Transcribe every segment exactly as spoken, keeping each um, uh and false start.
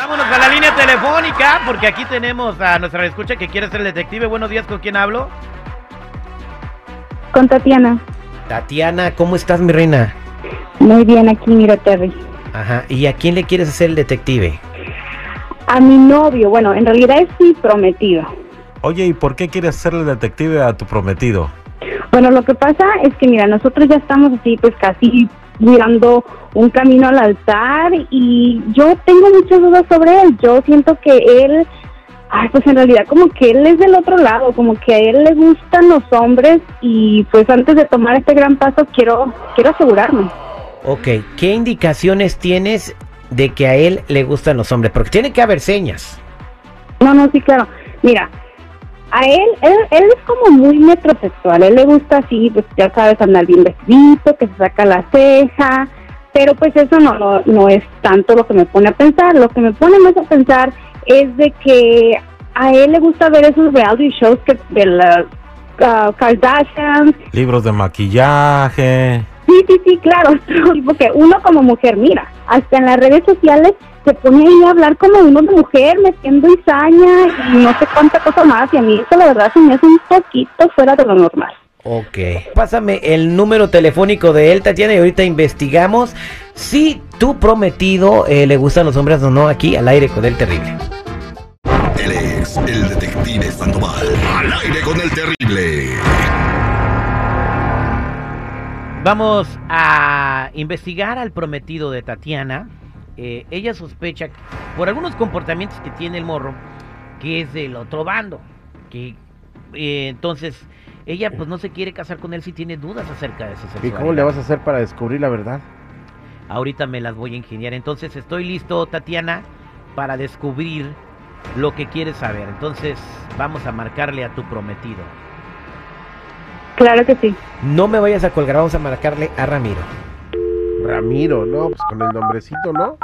Vámonos a la línea telefónica, porque aquí tenemos a nuestra escucha que quiere ser detective. Buenos días, ¿con quién hablo? Con Tatiana. Tatiana, ¿cómo estás, mi reina? Muy bien, aquí miro Terry. Ajá, ¿y a quién le quieres hacer el detective? A mi novio, bueno, en realidad es mi prometido. Oye, ¿y por qué quieres hacerle detective a tu prometido? Bueno, lo que pasa es que, mira, nosotros ya estamos así, pues casi mirando un camino al altar y yo tengo muchas dudas sobre él. Yo siento que él, ay, pues en realidad como que él es del otro lado, como que a él le gustan los hombres y pues antes de tomar este gran paso quiero, quiero asegurarme. Ok, ¿qué indicaciones tienes de que a él le gustan los hombres? Porque tiene que haber señas. No, no, sí, claro. Mira, a él, él, él es como muy metrosexual. A él le gusta así, pues ya sabes, andar bien vestidito, que se saca la ceja. Pero pues eso no, no, no es tanto lo que me pone a pensar. Lo que me pone más a pensar es de que a él le gusta ver esos reality shows que de las uh, Kardashians. Libros de maquillaje. Sí, sí, sí, claro, porque uno como mujer, mira, hasta en las redes sociales se pone ahí a hablar como uno de mujer, metiendo cizaña y no sé cuánta cosa más, y a mí eso la verdad se me hace un poquito fuera de lo normal. Ok, pásame el número telefónico de él, Tatiana, y ahorita investigamos si tu prometido eh, le gustan los hombres o no, aquí al aire con el terrible. Él es el detective Sandoval, al aire con el terrible. Vamos a investigar al prometido de Tatiana. Eh, ella sospecha por algunos comportamientos que tiene el morro que es del otro bando, que eh, entonces ella pues no se quiere casar con él si tiene dudas acerca de su sexualidad. ¿Y cómo le vas a hacer para descubrir la verdad? Ahorita me las voy a ingeniar. Entonces estoy listo, Tatiana, para descubrir lo que quieres saber. Entonces vamos a marcarle a tu prometido. Claro que sí. No me vayas a colgar, vamos a marcarle a Ramiro. Ramiro, no, pues con el nombrecito, ¿no?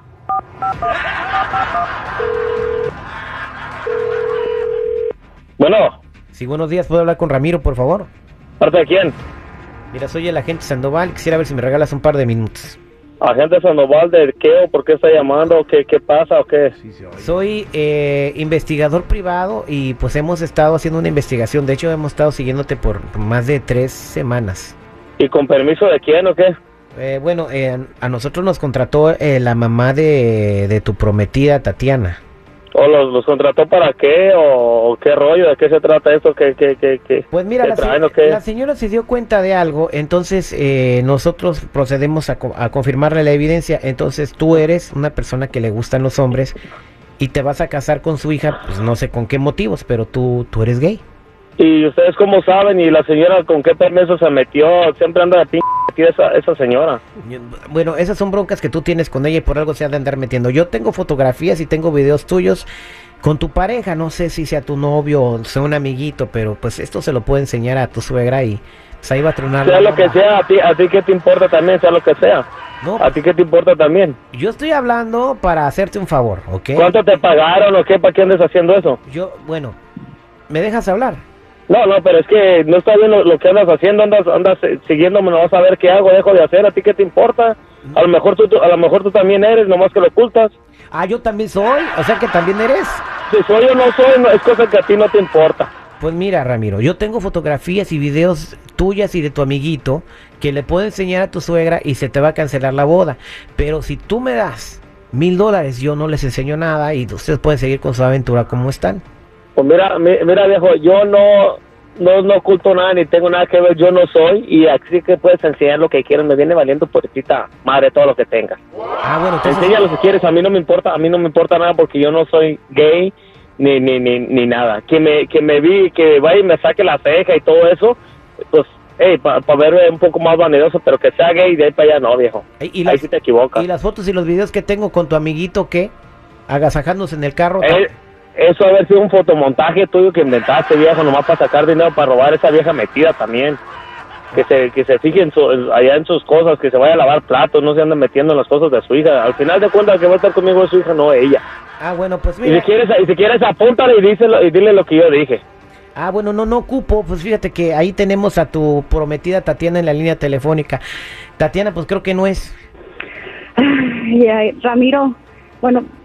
Bueno. Sí, buenos días, ¿puedo hablar con Ramiro, por favor? ¿Parte de quién? Mira, soy el agente Sandoval, quisiera ver si me regalas un par de minutos. ¿Agente Sandoval de qué o por qué está llamando? ¿Qué, qué pasa o qué? Sí, se oye. Soy eh, investigador privado y pues hemos estado haciendo una investigación. De hecho, hemos estado siguiéndote por más de tres semanas. ¿Y con permiso de quién o qué? Eh, bueno, eh, a nosotros nos contrató eh, la mamá de, de tu prometida, Tatiana. ¿O los, los contrató para qué? ¿O, o qué rollo? ¿De qué se trata esto? ¿Qué, qué, qué, qué? Pues mira, ¿Qué la, traen, se o qué? la señora se dio cuenta de algo, entonces eh, nosotros procedemos a, co a confirmarle la evidencia. Entonces tú eres una persona que le gustan los hombres y te vas a casar con su hija, pues no sé con qué motivos, pero tú, tú eres gay. ¿Y ustedes cómo saben? ¿Y la señora con qué permiso se metió? Siempre anda de p*** esa, esa señora. Bueno, esas son broncas que tú tienes con ella y por algo se ha de andar metiendo. Yo tengo fotografías y tengo videos tuyos con tu pareja, no sé si sea tu novio o sea un amiguito, pero pues esto se lo puedo enseñar a tu suegra y pues ahí va a tronar. Sea lo que sea, a ti, a ti qué te importa también, sea lo que sea. No, ¿A ti qué te importa también? Yo estoy hablando para hacerte un favor, ¿ok? ¿Cuánto te pagaron o qué? ¿Para qué andes haciendo eso? Yo, bueno, ¿me dejas hablar? No, no, pero es que no está bien lo, lo que andas haciendo, andas andas siguiéndome, no vas a ver qué hago, dejo de hacer, ¿a ti qué te importa? A lo mejor tú, a lo mejor tú también eres, nomás que lo ocultas. Ah, yo también soy, o sea que también eres. Si soy o no soy, no, es cosa que a ti no te importa. Pues mira, Ramiro, yo tengo fotografías y videos tuyas y de tu amiguito que le puedo enseñar a tu suegra y se te va a cancelar la boda. Pero si tú me das mil dólares, yo no les enseño nada y ustedes pueden seguir con su aventura como están. Pues mira, mira viejo, yo no, no, no oculto nada ni tengo nada que ver, yo no soy y así que puedes enseñar lo que quieras, me viene valiendo puertita madre todo lo que tengas. Ah, bueno, entonces... Enseña lo que quieres, a mí no me importa, a mí no me importa nada porque yo no soy gay ni ni ni, ni nada. Que me que me vi, que vaya y me saque la ceja y todo eso, pues, hey, para pa verme un poco más vanidoso, pero que sea gay de ahí para allá no, viejo. ¿Y ahí sí te equivocas. ¿Y las fotos y los videos que tengo con tu amiguito qué? Agasajándose en el carro. Eh, Eso haber sido un fotomontaje tuyo que inventaste, viejo, nomás para sacar dinero para robar a esa vieja metida también. Que se que se fije en su, allá en sus cosas, que se vaya a lavar platos, no se ande metiendo en las cosas de su hija. Al final de cuentas, que va a estar conmigo es su hija, no ella. Ah, bueno, pues mira. Y si quieres, y si quieres apúntale y, díselo, y dile lo que yo dije. Ah, bueno, no, no ocupo, pues fíjate que ahí tenemos a tu prometida Tatiana en la línea telefónica. Tatiana, pues creo que no es. Ay, ay, Ramiro, bueno,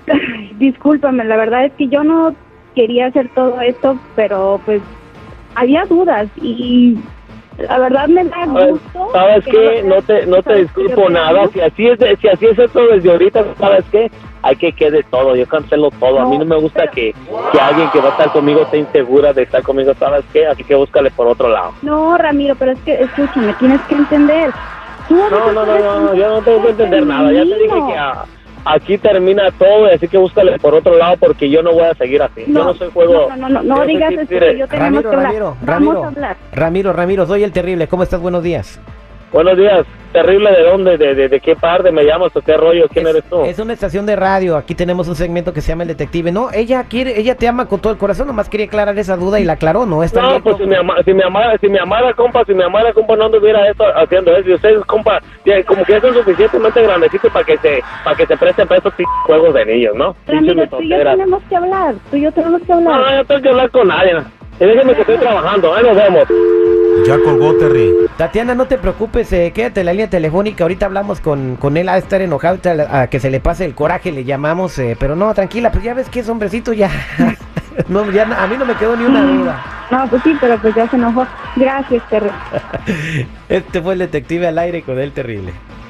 Ay, discúlpame, la verdad es que yo no quería hacer todo esto, pero pues había dudas y la verdad me da gusto. ¿Sabes que qué? no- No te no te ¿sabes disculpo qué? nada. Si así es de- si así es esto desde ahorita, ¿sabes qué? Hay que quede todo. Yo cancelo todo. A mí no me gusta pero- que, que alguien que va a estar conmigo esté insegura de estar conmigo, ¿sabes qué? Así que búscale por otro lado. No, Ramiro, pero es que escúchame, tienes que entender. Tú No, no, no, no, no, yo no tengo que entender nada. Ya te dije que ah, aquí termina todo, así que búscale por otro lado porque yo no voy a seguir así. yo no soy juego. No, no, no, no, no yo soy digas Team eso, Spirit. que yo tenemos Ramiro, que hablar. Ramiro, Vamos Ramiro, a hablar. Ramiro, Ramiro, soy el terrible. ¿Cómo estás? Buenos días. Buenos días. Terrible, ¿de dónde? ¿De, de, de qué parte me llamas o qué rollo? ¿Quién es, eres tú? Es una estación de radio. Aquí tenemos un segmento que se llama El Detective. No, ella quiere, ella te ama con todo el corazón. Nomás quería aclarar esa duda y la aclaró. No, está No, bien. pues si mi, ama, si mi amara, si mi amara compa, si mi amara compa no anduviera esto, haciendo eso, y ustedes compa, ya, como que ya son suficientemente grandecitos para que se, para que se presten para esos p juegos de niños, ¿no? Ramiro, Pinches tú y yo tonteras. tenemos que hablar, tú y yo tenemos que No, hablar. no, yo tengo que hablar con nadie. Y déjeme que estoy trabajando, ahí nos vemos. Ya colgó Terry. Tatiana, no te preocupes, eh, quédate en la línea telefónica. Ahorita hablamos con, con él, a estar enojado, a, a que se le pase el coraje, le llamamos. Eh, pero no, tranquila, pues ya ves que es hombrecito ya. no, ya a mí no me quedó ni una duda. No, pues sí, pero pues ya se enojó. Gracias, Terry. Este fue el detective al aire con el terrible.